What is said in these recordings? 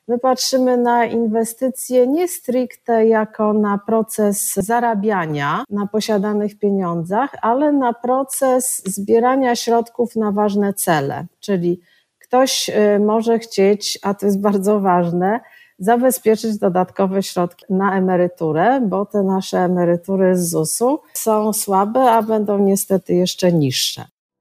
my patrzymy na inwestycje nie stricte jako na proces zarabiania na posiadanych pieniądzach, ale na proces zbierania środków na ważne cele, czyli ktoś może chcieć, a to jest bardzo ważne, zabezpieczyć dodatkowe środki na emeryturę, bo te nasze emerytury z ZUS-u są słabe, a będą niestety jeszcze niższe.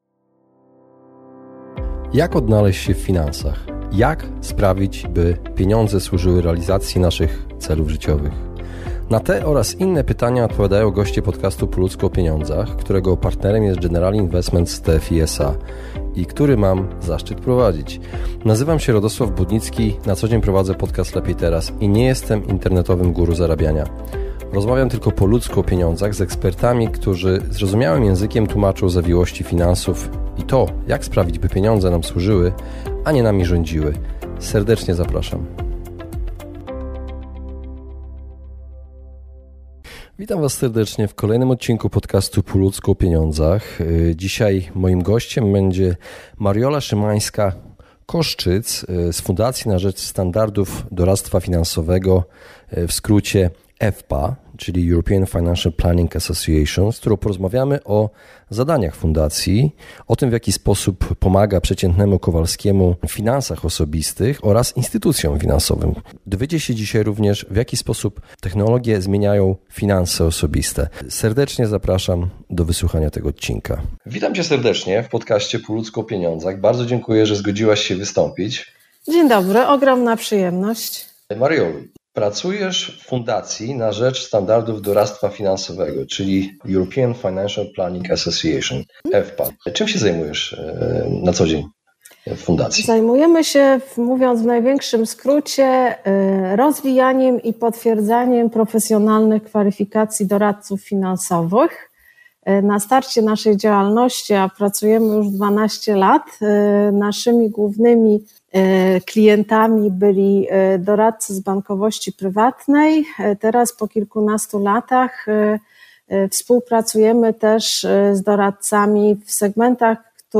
Jak odnaleźć się w finansach? Jak sprawić, by pieniądze służyły realizacji naszych celów życiowych? Na te oraz inne pytania odpowiadają goście podcastu Po ludzku o pieniądzach, którego partnerem jest General Investments TFI SA i który mam zaszczyt prowadzić. Nazywam się Radosław Budnicki, na co dzień prowadzę podcast Lepiej Teraz i nie jestem internetowym guru zarabiania. Rozmawiam tylko po ludzku o pieniądzach z ekspertami, którzy zrozumiałym językiem tłumaczą zawiłości finansów i to, jak sprawić, by pieniądze nam służyły, a nie nami rządziły. Serdecznie zapraszam. Witam Was serdecznie w kolejnym odcinku podcastu Po ludzku o pieniądzach. Dzisiaj moim gościem będzie Mariola Szymańska-Koszczyc z Fundacji na Rzecz Standardów Doradztwa Finansowego, w skrócie EFPA, czyli European Financial Planning Association, z którą porozmawiamy o zadaniach fundacji, o tym, w jaki sposób pomaga przeciętnemu Kowalskiemu w finansach osobistych oraz instytucjom finansowym. Dowiecie się dzisiaj również, w jaki sposób technologie zmieniają finanse osobiste. Serdecznie zapraszam do wysłuchania tego odcinka. Witam Cię serdecznie w podcaście Po ludzku o pieniądzach. Bardzo dziękuję, że zgodziłaś się wystąpić. Dzień dobry, ogromna przyjemność. Mariolu, pracujesz w Fundacji na Rzecz Standardów Doradztwa Finansowego, czyli European Financial Planning Association, EFPA. Czym się zajmujesz na co dzień w Fundacji? Zajmujemy się, mówiąc w największym skrócie, rozwijaniem i potwierdzaniem profesjonalnych kwalifikacji doradców finansowych. Na starcie naszej działalności, a pracujemy już 12 lat, naszymi głównymi klientami byli doradcy z bankowości prywatnej. Teraz po kilkunastu latach współpracujemy też z doradcami w segmentach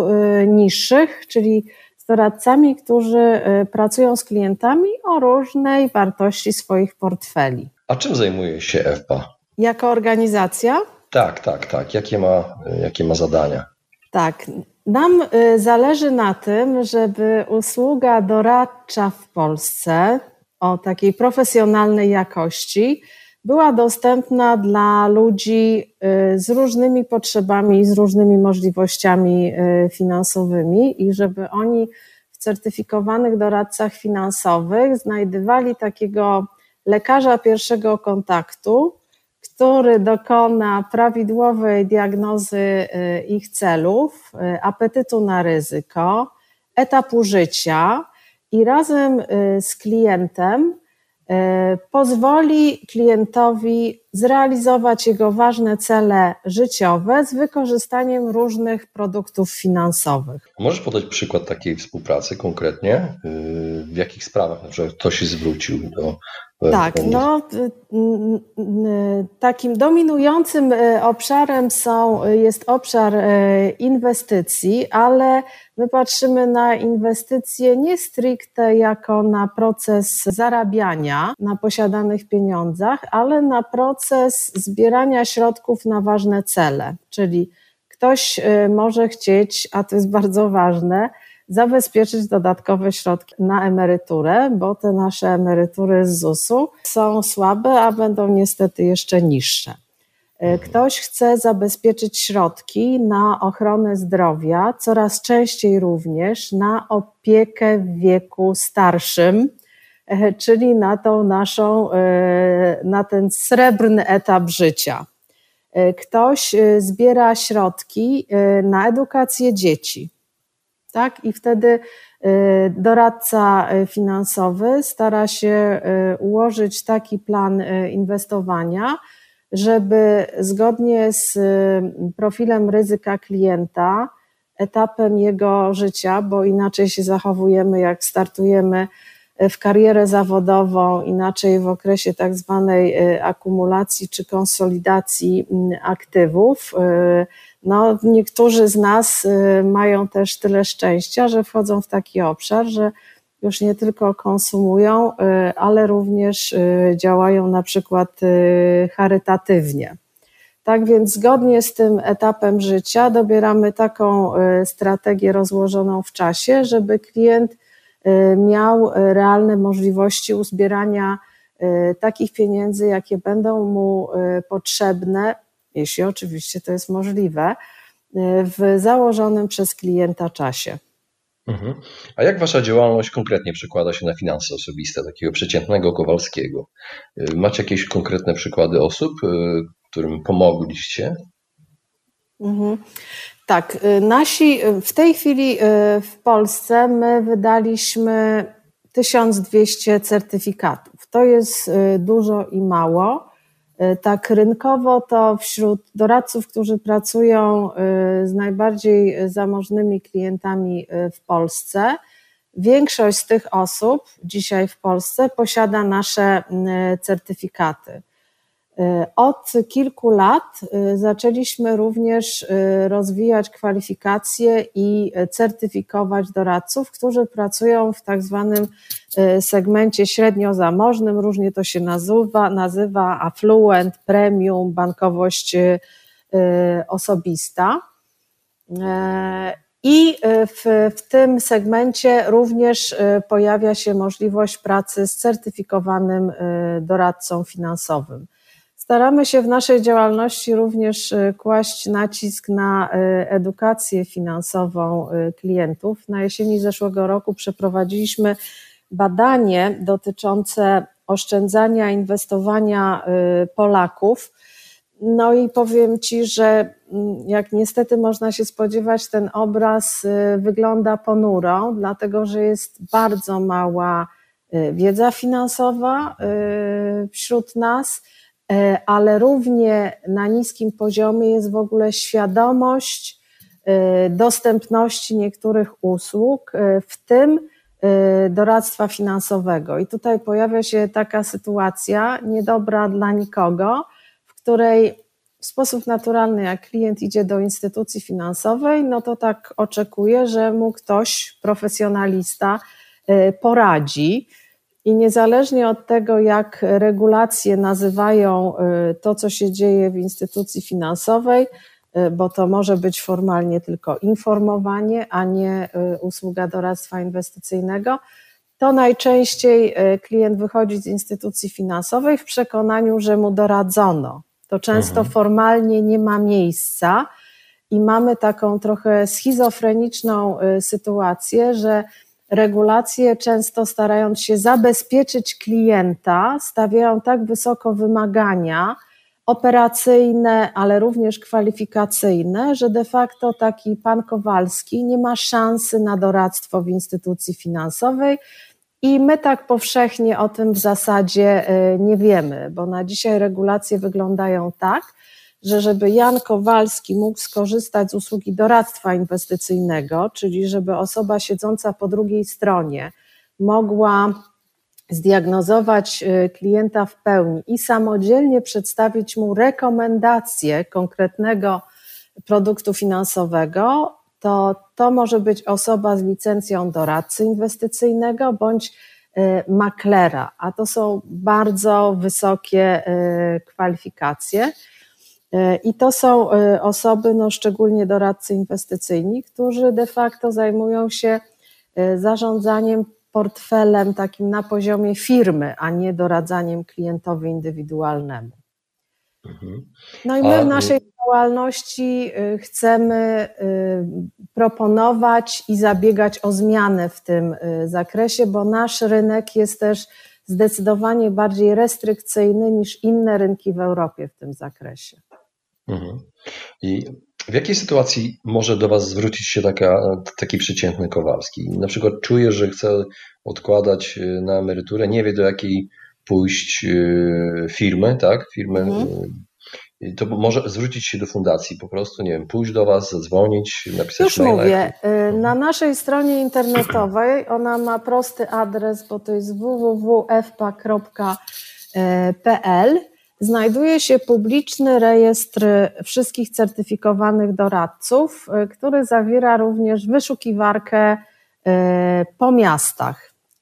niższych, czyli z doradcami, którzy pracują z klientami o różnej wartości swoich portfeli. A czym zajmuje się EFPA? Jako organizacja? Tak. Jakie ma zadania? Tak. Nam zależy na tym, żeby usługa doradcza w Polsce o takiej profesjonalnej jakości była dostępna dla ludzi z różnymi potrzebami i z różnymi możliwościami finansowymi i żeby oni w certyfikowanych doradcach finansowych znajdywali takiego lekarza pierwszego kontaktu, który dokona prawidłowej diagnozy ich celów, apetytu na ryzyko, etapu życia i razem z klientem pozwoli klientowi zrealizować jego ważne cele życiowe z wykorzystaniem różnych produktów finansowych. Możesz podać przykład takiej współpracy konkretnie? W jakich sprawach na przykład ktoś się zwrócił do... Tak, takim dominującym obszarem jest obszar inwestycji, ale my patrzymy na inwestycje nie stricte jako na proces zarabiania na posiadanych pieniądzach, ale na proces zbierania środków na ważne cele, czyli ktoś może chcieć, a to jest bardzo ważne, zabezpieczyć dodatkowe środki na emeryturę, bo te nasze emerytury z ZUS-u są słabe, a będą niestety jeszcze niższe. Ktoś chce zabezpieczyć środki na ochronę zdrowia, coraz częściej również na opiekę w wieku starszym, czyli na ten srebrny etap życia. Ktoś zbiera środki na edukację dzieci. Tak? I wtedy doradca finansowy stara się ułożyć taki plan inwestowania, żeby zgodnie z profilem ryzyka klienta, etapem jego życia, bo inaczej się zachowujemy, jak startujemy w karierę zawodową, inaczej w okresie tak zwanej akumulacji czy konsolidacji aktywów. Niektórzy z nas mają też tyle szczęścia, że wchodzą w taki obszar, że już nie tylko konsumują, ale również działają na przykład charytatywnie. Tak więc zgodnie z tym etapem życia dobieramy taką strategię rozłożoną w czasie, żeby klient miał realne możliwości uzbierania takich pieniędzy, jakie będą mu potrzebne, jeśli oczywiście to jest możliwe, w założonym przez klienta czasie. A jak wasza działalność konkretnie przekłada się na finanse osobiste takiego przeciętnego Kowalskiego? Macie jakieś konkretne przykłady osób, którym pomogliście? Tak, w tej chwili w Polsce my wydaliśmy 1200 certyfikatów. To jest dużo i mało. Tak rynkowo to wśród doradców, którzy pracują z najbardziej zamożnymi klientami w Polsce, większość z tych osób dzisiaj w Polsce posiada nasze certyfikaty. Od kilku lat zaczęliśmy również rozwijać kwalifikacje i certyfikować doradców, którzy pracują w tak zwanym segmencie średnio zamożnym, różnie to się nazywa affluent, premium, bankowość osobista. I w tym segmencie również pojawia się możliwość pracy z certyfikowanym doradcą finansowym. Staramy się w naszej działalności również kłaść nacisk na edukację finansową klientów. Na jesieni zeszłego roku przeprowadziliśmy badanie dotyczące oszczędzania, inwestowania Polaków. No i powiem Ci, że jak niestety można się spodziewać, ten obraz wygląda ponuro, dlatego że jest bardzo mała wiedza finansowa wśród nas, ale równie na niskim poziomie jest w ogóle świadomość dostępności niektórych usług, w tym doradztwa finansowego. I tutaj pojawia się taka sytuacja niedobra dla nikogo, w której w sposób naturalny, jak klient idzie do instytucji finansowej, no to tak oczekuje, że mu ktoś, profesjonalista, poradzi. I niezależnie od tego, jak regulacje nazywają to, co się dzieje w instytucji finansowej, bo to może być formalnie tylko informowanie, a nie usługa doradztwa inwestycyjnego, to najczęściej klient wychodzi z instytucji finansowej w przekonaniu, że mu doradzono. To często formalnie nie ma miejsca i mamy taką trochę schizofreniczną sytuację, że regulacje, często starając się zabezpieczyć klienta, stawiają tak wysoko wymagania operacyjne, ale również kwalifikacyjne, że de facto taki pan Kowalski nie ma szansy na doradztwo w instytucji finansowej i my tak powszechnie o tym w zasadzie nie wiemy, bo na dzisiaj regulacje wyglądają tak, że żeby Jan Kowalski mógł skorzystać z usługi doradztwa inwestycyjnego, czyli żeby osoba siedząca po drugiej stronie mogła zdiagnozować klienta w pełni i samodzielnie przedstawić mu rekomendacje konkretnego produktu finansowego, to może być osoba z licencją doradcy inwestycyjnego bądź maklera, a to są bardzo wysokie kwalifikacje. I to są osoby, no szczególnie doradcy inwestycyjni, którzy de facto zajmują się zarządzaniem portfelem takim na poziomie firmy, a nie doradzaniem klientowi indywidualnemu. No i my w naszej działalności chcemy proponować i zabiegać o zmianę w tym zakresie, bo nasz rynek jest też zdecydowanie bardziej restrykcyjny niż inne rynki w Europie w tym zakresie. I w jakiej sytuacji może do Was zwrócić się taki przeciętny Kowalski? Na przykład czuje, że chce odkładać na emeryturę, nie wie do jakiej pójść firmy, tak? To może zwrócić się do fundacji, po prostu, nie wiem, pójść do Was, zadzwonić, napisać Już maila. Mówię, na naszej stronie internetowej, ona ma prosty adres, bo to jest www.fpa.pl, znajduje się publiczny rejestr wszystkich certyfikowanych doradców, który zawiera również wyszukiwarkę po miastach.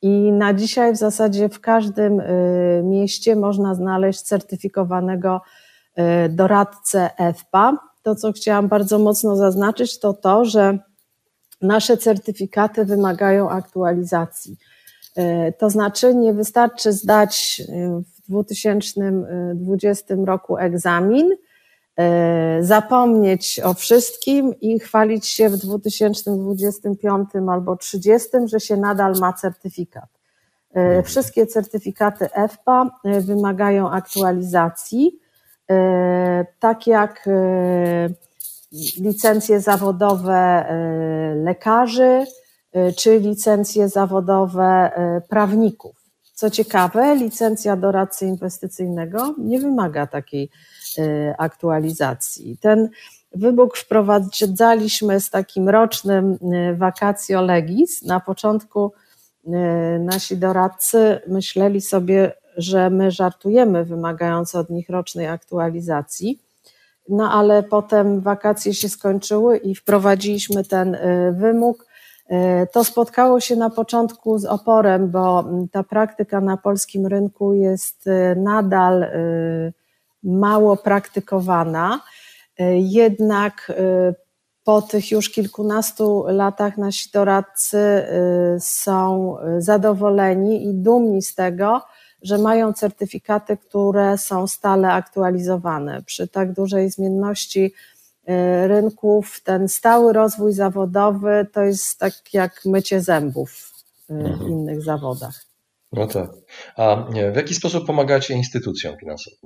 I na dzisiaj w zasadzie w każdym mieście można znaleźć certyfikowanego doradcę EFPA. To, co chciałam bardzo mocno zaznaczyć, to, że nasze certyfikaty wymagają aktualizacji. To znaczy nie wystarczy zdać w 2020 roku egzamin, zapomnieć o wszystkim i chwalić się w 2025 albo 2030, że się nadal ma certyfikat. Wszystkie certyfikaty EFPA wymagają aktualizacji, tak jak licencje zawodowe lekarzy czy licencje zawodowe prawników. Co ciekawe, licencja doradcy inwestycyjnego nie wymaga takiej aktualizacji. Ten wybór wprowadzaliśmy z takim rocznym vacatio legis. Na początku nasi doradcy myśleli sobie, że my żartujemy, wymagając od nich rocznej aktualizacji. No ale potem wakacje się skończyły i wprowadziliśmy ten wymóg. To spotkało się na początku z oporem, bo ta praktyka na polskim rynku jest nadal mało praktykowana. Jednak po tych już kilkunastu latach nasi doradcy są zadowoleni i dumni z tego, że mają certyfikaty, które są stale aktualizowane. Przy tak dużej zmienności rynków ten stały rozwój zawodowy to jest tak jak mycie zębów w innych zawodach. No tak. A w jaki sposób pomagacie instytucjom finansowym?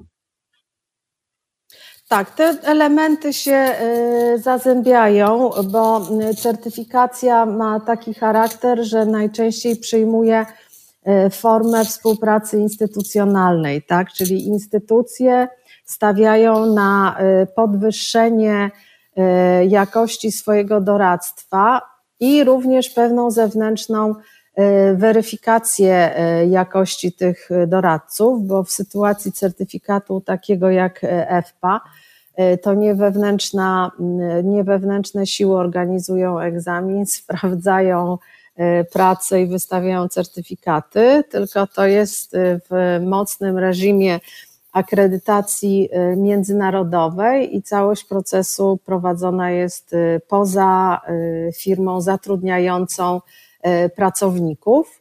Tak, te elementy się zazębiają, bo certyfikacja ma taki charakter, że najczęściej przyjmuje formę współpracy instytucjonalnej, tak? Czyli instytucje stawiają na podwyższenie jakości swojego doradztwa i również pewną zewnętrzną weryfikację jakości tych doradców, bo w sytuacji certyfikatu takiego jak EFPA, to nie wewnętrzne siły organizują egzamin, sprawdzają pracę i wystawiają certyfikaty, tylko to jest w mocnym reżimie akredytacji międzynarodowej i całość procesu prowadzona jest poza firmą zatrudniającą pracowników.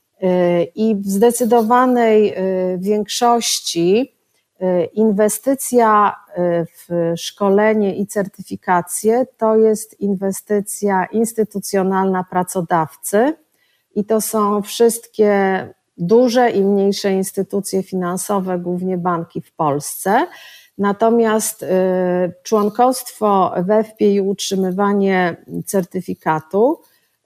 I w zdecydowanej większości inwestycja w szkolenie i certyfikację to jest inwestycja instytucjonalna pracodawcy i to są wszystkie duże i mniejsze instytucje finansowe, głównie banki w Polsce. Natomiast członkostwo w EFPie i utrzymywanie certyfikatu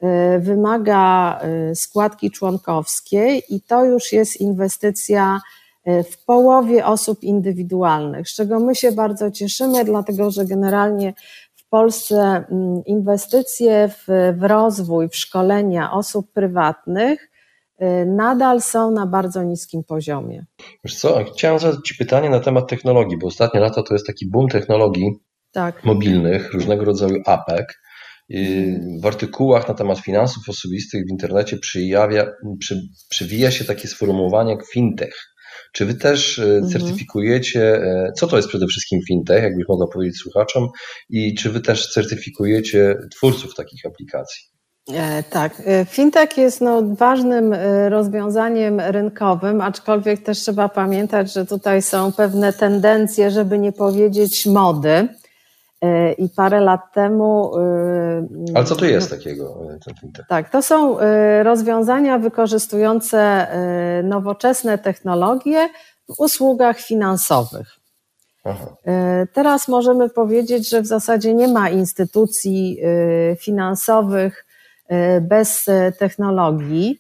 wymaga składki członkowskiej i to już jest inwestycja w połowie osób indywidualnych, z czego my się bardzo cieszymy, dlatego że generalnie w Polsce inwestycje w rozwój, w szkolenia osób prywatnych nadal są na bardzo niskim poziomie. Wiesz co, chciałem zadać Ci pytanie na temat technologii, bo ostatnie lata to jest taki boom technologii mobilnych, różnego rodzaju apek. W artykułach na temat finansów osobistych w internecie przewija się takie sformułowanie jak fintech. Czy Wy też certyfikujecie, co to jest przede wszystkim fintech, jakbyś mogła powiedzieć słuchaczom, i czy Wy też certyfikujecie twórców takich aplikacji? Tak, fintech jest ważnym rozwiązaniem rynkowym, aczkolwiek też trzeba pamiętać, że tutaj są pewne tendencje, żeby nie powiedzieć mody. I parę lat temu... Ale co to jest takiego, ten fintech? Tak, to są rozwiązania wykorzystujące nowoczesne technologie w usługach finansowych. Aha. Teraz możemy powiedzieć, że w zasadzie nie ma instytucji finansowych bez technologii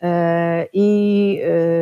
i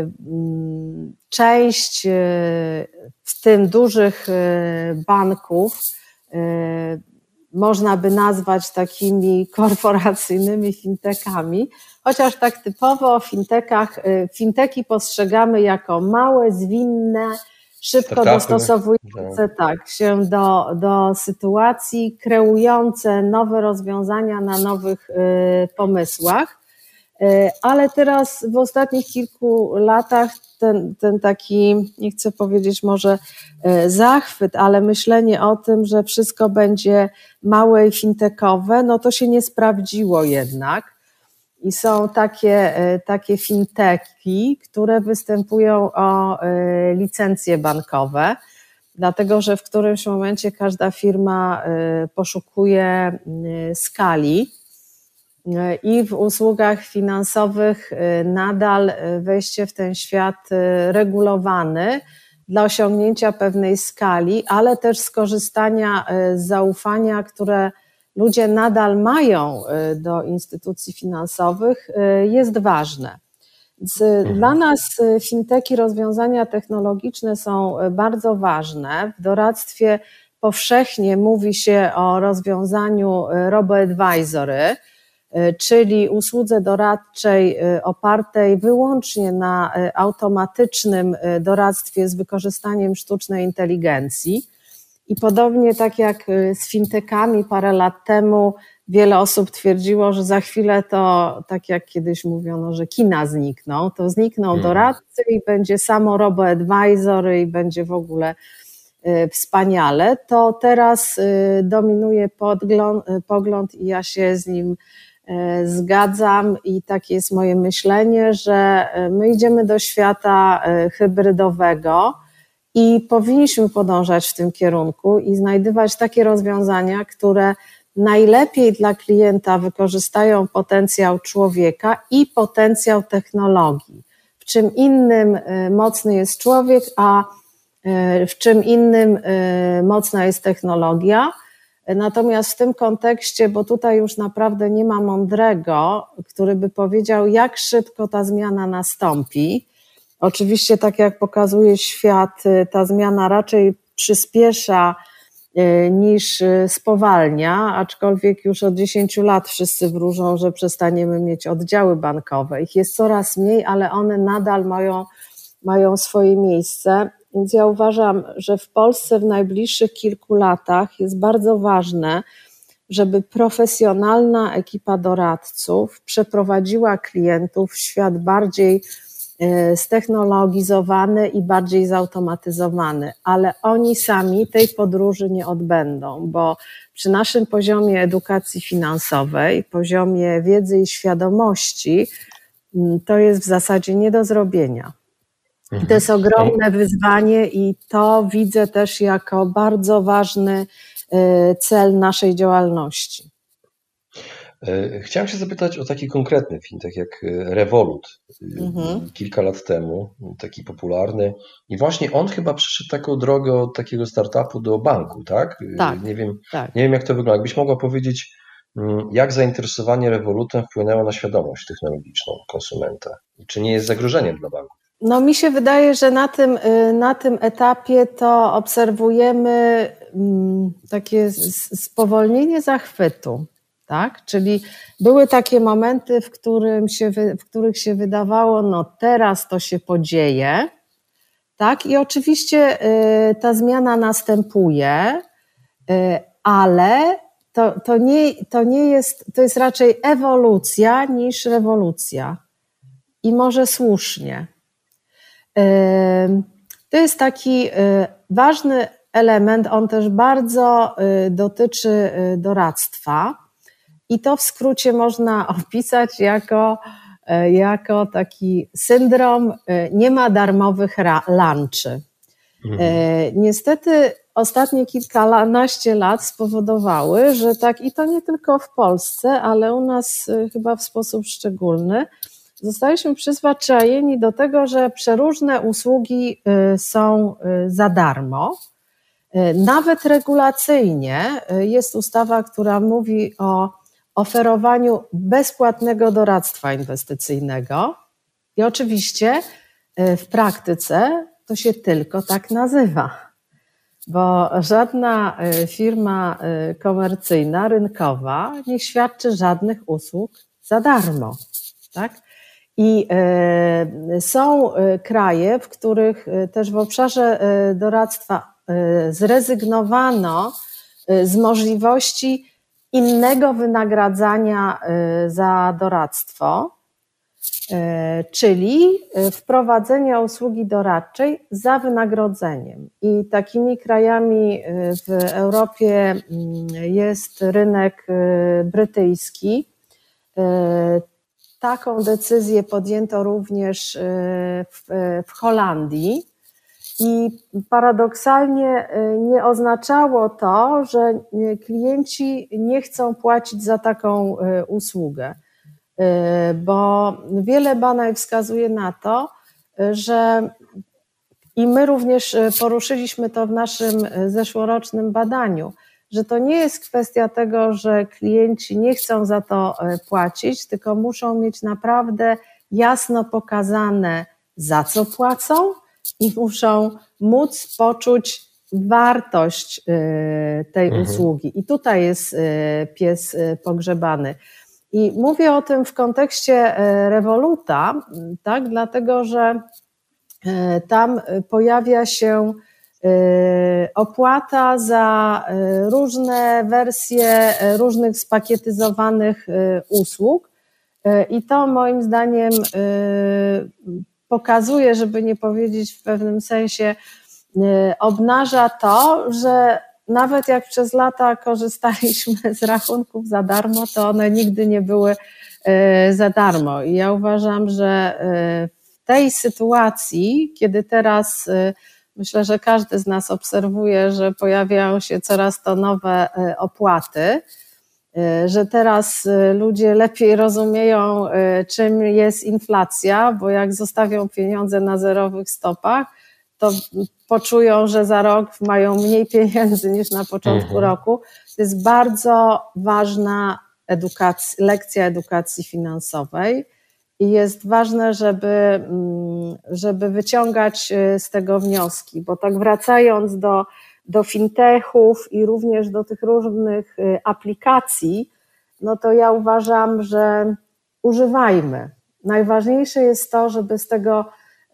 część w tym dużych banków można by nazwać takimi korporacyjnymi fintechami, chociaż tak typowo w fintechy postrzegamy jako małe, zwinne, szybko dostosowujące się do sytuacji, kreujące nowe rozwiązania na nowych pomysłach. Ale teraz w ostatnich kilku latach ten taki, nie chcę powiedzieć może zachwyt, ale myślenie o tym, że wszystko będzie małe i fintechowe, no to się nie sprawdziło jednak. I są takie fintechy, które występują o licencje bankowe, dlatego że w którymś momencie każda firma poszukuje skali i w usługach finansowych nadal wejście w ten świat regulowany dla osiągnięcia pewnej skali, ale też skorzystania z zaufania, które ludzie nadal mają do instytucji finansowych, jest ważne. Więc dla nas fintechy, rozwiązania technologiczne są bardzo ważne. W doradztwie powszechnie mówi się o rozwiązaniu robo-advisory, czyli usłudze doradczej opartej wyłącznie na automatycznym doradztwie z wykorzystaniem sztucznej inteligencji. I podobnie tak jak z fintechami parę lat temu wiele osób twierdziło, że za chwilę to, tak jak kiedyś mówiono, że kina znikną, to znikną doradcy i będzie samo robo-advisor i będzie w ogóle wspaniale, to teraz dominuje pogląd i ja się z nim zgadzam i takie jest moje myślenie, że my idziemy do świata hybrydowego i powinniśmy podążać w tym kierunku i znajdywać takie rozwiązania, które najlepiej dla klienta wykorzystają potencjał człowieka i potencjał technologii. W czym innym mocny jest człowiek, a w czym innym mocna jest technologia. Natomiast w tym kontekście, bo tutaj już naprawdę nie ma mądrego, który by powiedział, jak szybko ta zmiana nastąpi. Oczywiście, tak jak pokazuje świat, ta zmiana raczej przyspiesza niż spowalnia, aczkolwiek już od 10 lat wszyscy wróżą, że przestaniemy mieć oddziały bankowe. Ich jest coraz mniej, ale one nadal mają swoje miejsce. Więc ja uważam, że w Polsce w najbliższych kilku latach jest bardzo ważne, żeby profesjonalna ekipa doradców przeprowadziła klientów w świat bardziej ztechnologizowany i bardziej zautomatyzowany, ale oni sami tej podróży nie odbędą, bo przy naszym poziomie edukacji finansowej, poziomie wiedzy i świadomości, to jest w zasadzie nie do zrobienia. I to jest ogromne wyzwanie i to widzę też jako bardzo ważny cel naszej działalności. Chciałem się zapytać o taki konkretny fintech jak Revolut. Kilka lat temu, taki popularny. I właśnie on chyba przeszedł taką drogę od takiego startupu do banku, tak? Tak. Nie wiem jak to wygląda. Jakbyś mogła powiedzieć, jak zainteresowanie Revolutem wpłynęło na świadomość technologiczną konsumenta? I czy nie jest zagrożeniem dla banku? No mi się wydaje, że na tym etapie to obserwujemy takie spowolnienie zachwytu, tak? Czyli były takie momenty, w których się wydawało, no teraz to się podzieje, tak? I oczywiście ta zmiana następuje, ale to nie jest, to jest raczej ewolucja niż rewolucja. I może słusznie. To jest taki ważny element, on też bardzo dotyczy doradztwa i to w skrócie można opisać jako taki syndrom nie ma darmowych lunchy. Niestety ostatnie kilkanaście lat spowodowały, że tak i to nie tylko w Polsce, ale u nas chyba w sposób szczególny, zostaliśmy przyzwyczajeni do tego, że przeróżne usługi są za darmo. Nawet regulacyjnie jest ustawa, która mówi o oferowaniu bezpłatnego doradztwa inwestycyjnego i oczywiście w praktyce to się tylko tak nazywa, bo żadna firma komercyjna, rynkowa nie świadczy żadnych usług za darmo, tak? I są kraje, w których też w obszarze doradztwa zrezygnowano z możliwości innego wynagradzania za doradztwo. czyli wprowadzenia usługi doradczej za wynagrodzeniem. I takimi krajami w Europie jest rynek brytyjski. Taką decyzję podjęto również w Holandii i paradoksalnie nie oznaczało to, że klienci nie chcą płacić za taką usługę, bo wiele badań wskazuje na to, że i my również poruszyliśmy to w naszym zeszłorocznym badaniu, że to nie jest kwestia tego, że klienci nie chcą za to płacić, tylko muszą mieć naprawdę jasno pokazane, za co płacą i muszą móc poczuć wartość tej usługi. I tutaj jest pies pogrzebany. I mówię o tym w kontekście Revoluta, tak, dlatego że tam pojawia się opłata za różne wersje różnych spakietyzowanych usług i to moim zdaniem pokazuje, żeby nie powiedzieć w pewnym sensie, obnaża to, że nawet jak przez lata korzystaliśmy z rachunków za darmo, to one nigdy nie były za darmo. I ja uważam, że w tej sytuacji, kiedy teraz myślę, że każdy z nas obserwuje, że pojawiają się coraz to nowe opłaty, że teraz ludzie lepiej rozumieją, czym jest inflacja, bo jak zostawią pieniądze na zerowych stopach, to poczują, że za rok mają mniej pieniędzy niż na początku roku. To jest bardzo ważna lekcja edukacji finansowej i jest ważne, żeby wyciągać z tego wnioski, bo tak wracając do fintechów i również do tych różnych aplikacji, no to ja uważam, że używajmy. Najważniejsze jest to, żeby z tego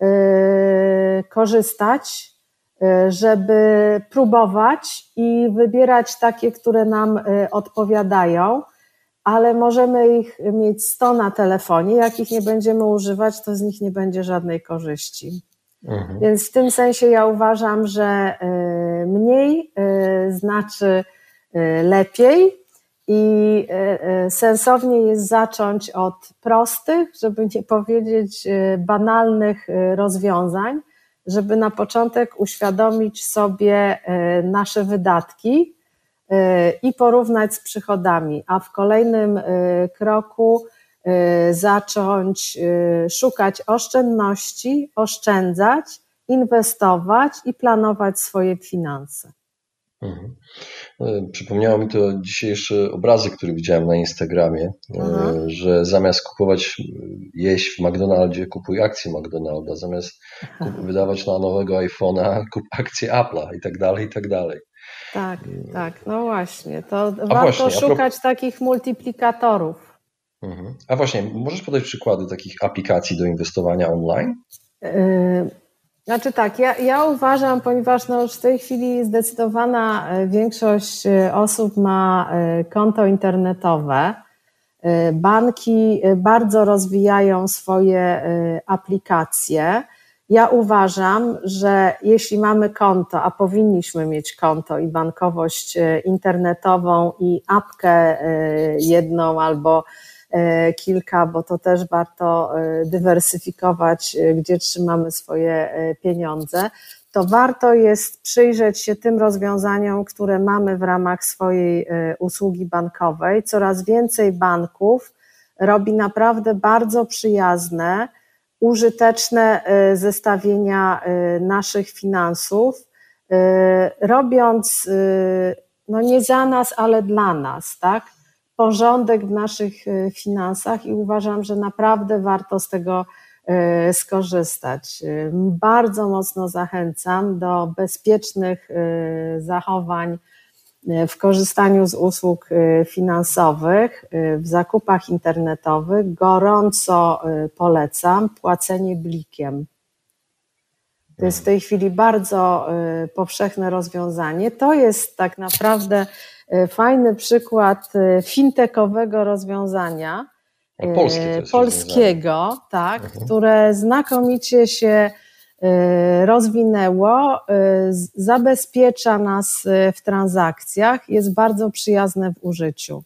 korzystać, żeby próbować i wybierać takie, które nam odpowiadają, ale możemy ich mieć 100 na telefonie, jak ich nie będziemy używać, to z nich nie będzie żadnej korzyści. Więc w tym sensie ja uważam, że mniej znaczy lepiej i sensownie jest zacząć od prostych, żeby nie powiedzieć banalnych rozwiązań, żeby na początek uświadomić sobie nasze wydatki i porównać z przychodami, a w kolejnym kroku zacząć szukać oszczędności, oszczędzać, inwestować i planować swoje finanse. Przypomniało mi to dzisiejszy obrazek, który widziałem na Instagramie, że zamiast kupować jeść w McDonaldzie, kupuj akcje McDonalda, zamiast wydawać na nowego iPhone'a, kup akcje Apple'a i tak dalej, i tak dalej. Tak, no właśnie, to warto szukać takich multiplikatorów. A właśnie, możesz podać przykłady takich aplikacji do inwestowania online? Znaczy tak, ja uważam, ponieważ już w tej chwili zdecydowana większość osób ma konto internetowe, banki bardzo rozwijają swoje aplikacje. Ja uważam, że jeśli mamy konto, a powinniśmy mieć konto i bankowość internetową i apkę jedną albo kilka, bo to też warto dywersyfikować, gdzie trzymamy swoje pieniądze, to warto jest przyjrzeć się tym rozwiązaniom, które mamy w ramach swojej usługi bankowej. Coraz więcej banków robi naprawdę bardzo przyjazne, użyteczne zestawienia naszych finansów, robiąc no nie za nas, ale dla nas, tak? Porządek w naszych finansach i uważam, że naprawdę warto z tego skorzystać. Bardzo mocno zachęcam do bezpiecznych zachowań w korzystaniu z usług finansowych, w zakupach internetowych. Gorąco polecam płacenie blikiem. To jest w tej chwili bardzo powszechne rozwiązanie. To jest tak naprawdę fajny przykład fintechowego rozwiązania, polskiego, tak, które znakomicie się rozwinęło, zabezpiecza nas w transakcjach, jest bardzo przyjazne w użyciu.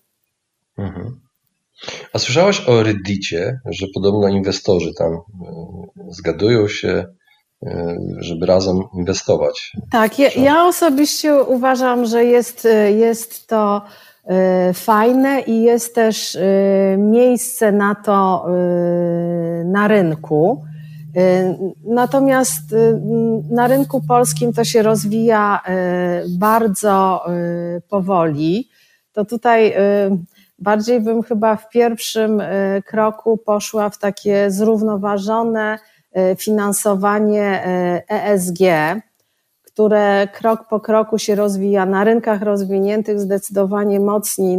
A słyszałaś o Reddicie, że podobno inwestorzy tam zgadują się, żeby razem inwestować? Tak, ja osobiście uważam, że jest to fajne i jest też miejsce na to na rynku. Natomiast na rynku polskim to się rozwija bardzo powoli. To tutaj bardziej bym chyba w pierwszym kroku poszła w takie zrównoważone finansowanie ESG, które krok po kroku się rozwija na rynkach rozwiniętych zdecydowanie mocniej.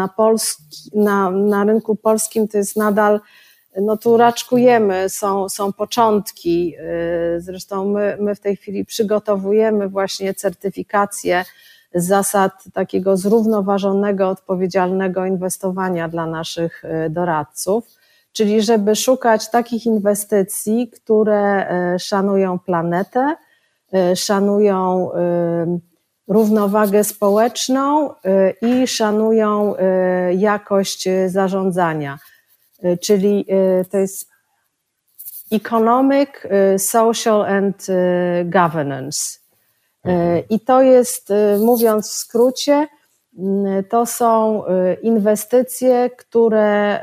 Na rynku polskim to jest nadal, no tu raczkujemy, są początki. Zresztą my w tej chwili przygotowujemy właśnie certyfikację zasad takiego zrównoważonego, odpowiedzialnego inwestowania dla naszych doradców, czyli żeby szukać takich inwestycji, które szanują planetę, szanują równowagę społeczną i szanują jakość zarządzania. Czyli to jest economic, social and governance. I to jest, mówiąc w skrócie, to są inwestycje, które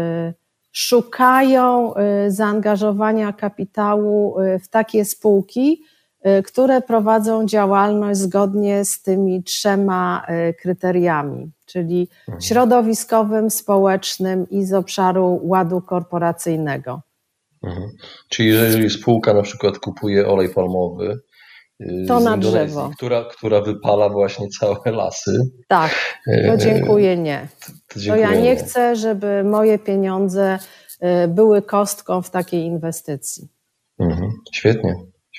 szukają zaangażowania kapitału w takie spółki, które prowadzą działalność zgodnie z tymi 3 kryteriami, czyli środowiskowym, społecznym i z obszaru ładu korporacyjnego. Czyli jeżeli spółka na przykład kupuje olej palmowy to na drzewo, która wypala właśnie całe lasy. Tak, to dziękuję, nie. To ja nie chcę, żeby moje pieniądze były kostką w takiej inwestycji. Świetnie.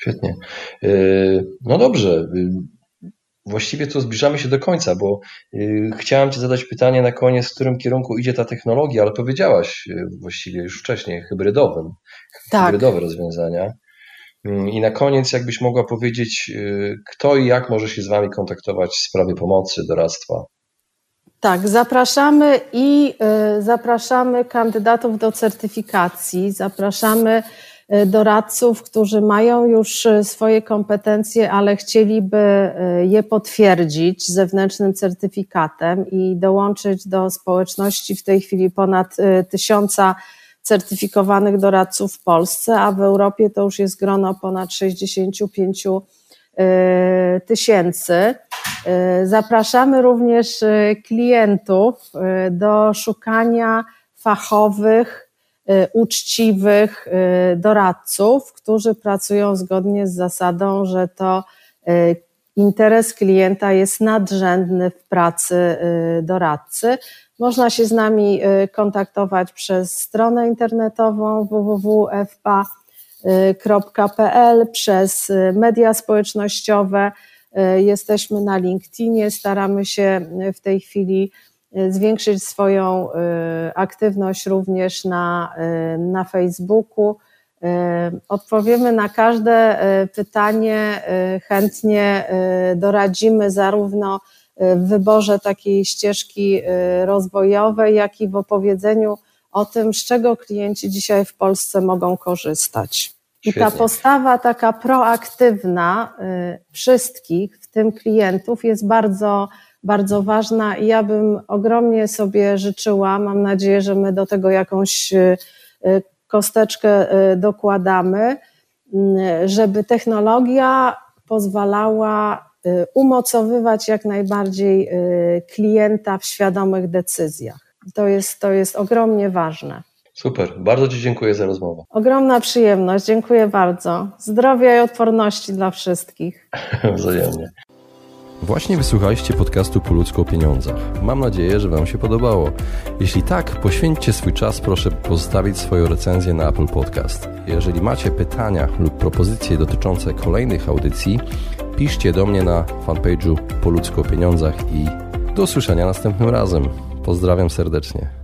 No dobrze, właściwie to zbliżamy się do końca, bo chciałem Ci zadać pytanie na koniec, w którym kierunku idzie ta technologia, ale powiedziałaś właściwie już wcześniej, hybrydowe rozwiązania. I na koniec jakbyś mogła powiedzieć, kto i jak może się z Wami kontaktować w sprawie pomocy, doradztwa? Tak, zapraszamy kandydatów do certyfikacji, zapraszamy doradców, którzy mają już swoje kompetencje, ale chcieliby je potwierdzić zewnętrznym certyfikatem i dołączyć do społeczności w tej chwili ponad 1000 certyfikowanych doradców w Polsce, a w Europie to już jest grono ponad 65 000. Zapraszamy również klientów do szukania fachowych, uczciwych doradców, którzy pracują zgodnie z zasadą, że to interes klienta jest nadrzędny w pracy doradcy. Można się z nami kontaktować przez stronę internetową www.fpa.pl, przez media społecznościowe. Jesteśmy na LinkedInie, staramy się w tej chwili zwiększyć swoją aktywność również na Facebooku. Odpowiemy na każde pytanie, chętnie doradzimy zarówno w wyborze takiej ścieżki rozwojowej, jak i w opowiedzeniu o tym, z czego klienci dzisiaj w Polsce mogą korzystać. Świetnie. I ta postawa taka proaktywna wszystkich, w tym klientów, jest bardzo, bardzo ważna i ja bym ogromnie sobie życzyła, mam nadzieję, że my do tego jakąś kosteczkę dokładamy, żeby technologia pozwalała umocowywać jak najbardziej klienta w świadomych decyzjach. To jest ogromnie ważne. Super, bardzo Ci dziękuję za rozmowę. Ogromna przyjemność, dziękuję bardzo. Zdrowia i odporności dla wszystkich. Wzajemnie. Właśnie wysłuchaliście podcastu Po ludzku o pieniądzach. Mam nadzieję, że Wam się podobało. Jeśli tak, poświęćcie swój czas, proszę pozostawić swoją recenzję na Apple Podcast. Jeżeli macie pytania lub propozycje dotyczące kolejnych audycji, piszcie do mnie na fanpage'u Po ludzku o pieniądzach i do usłyszenia następnym razem. Pozdrawiam serdecznie.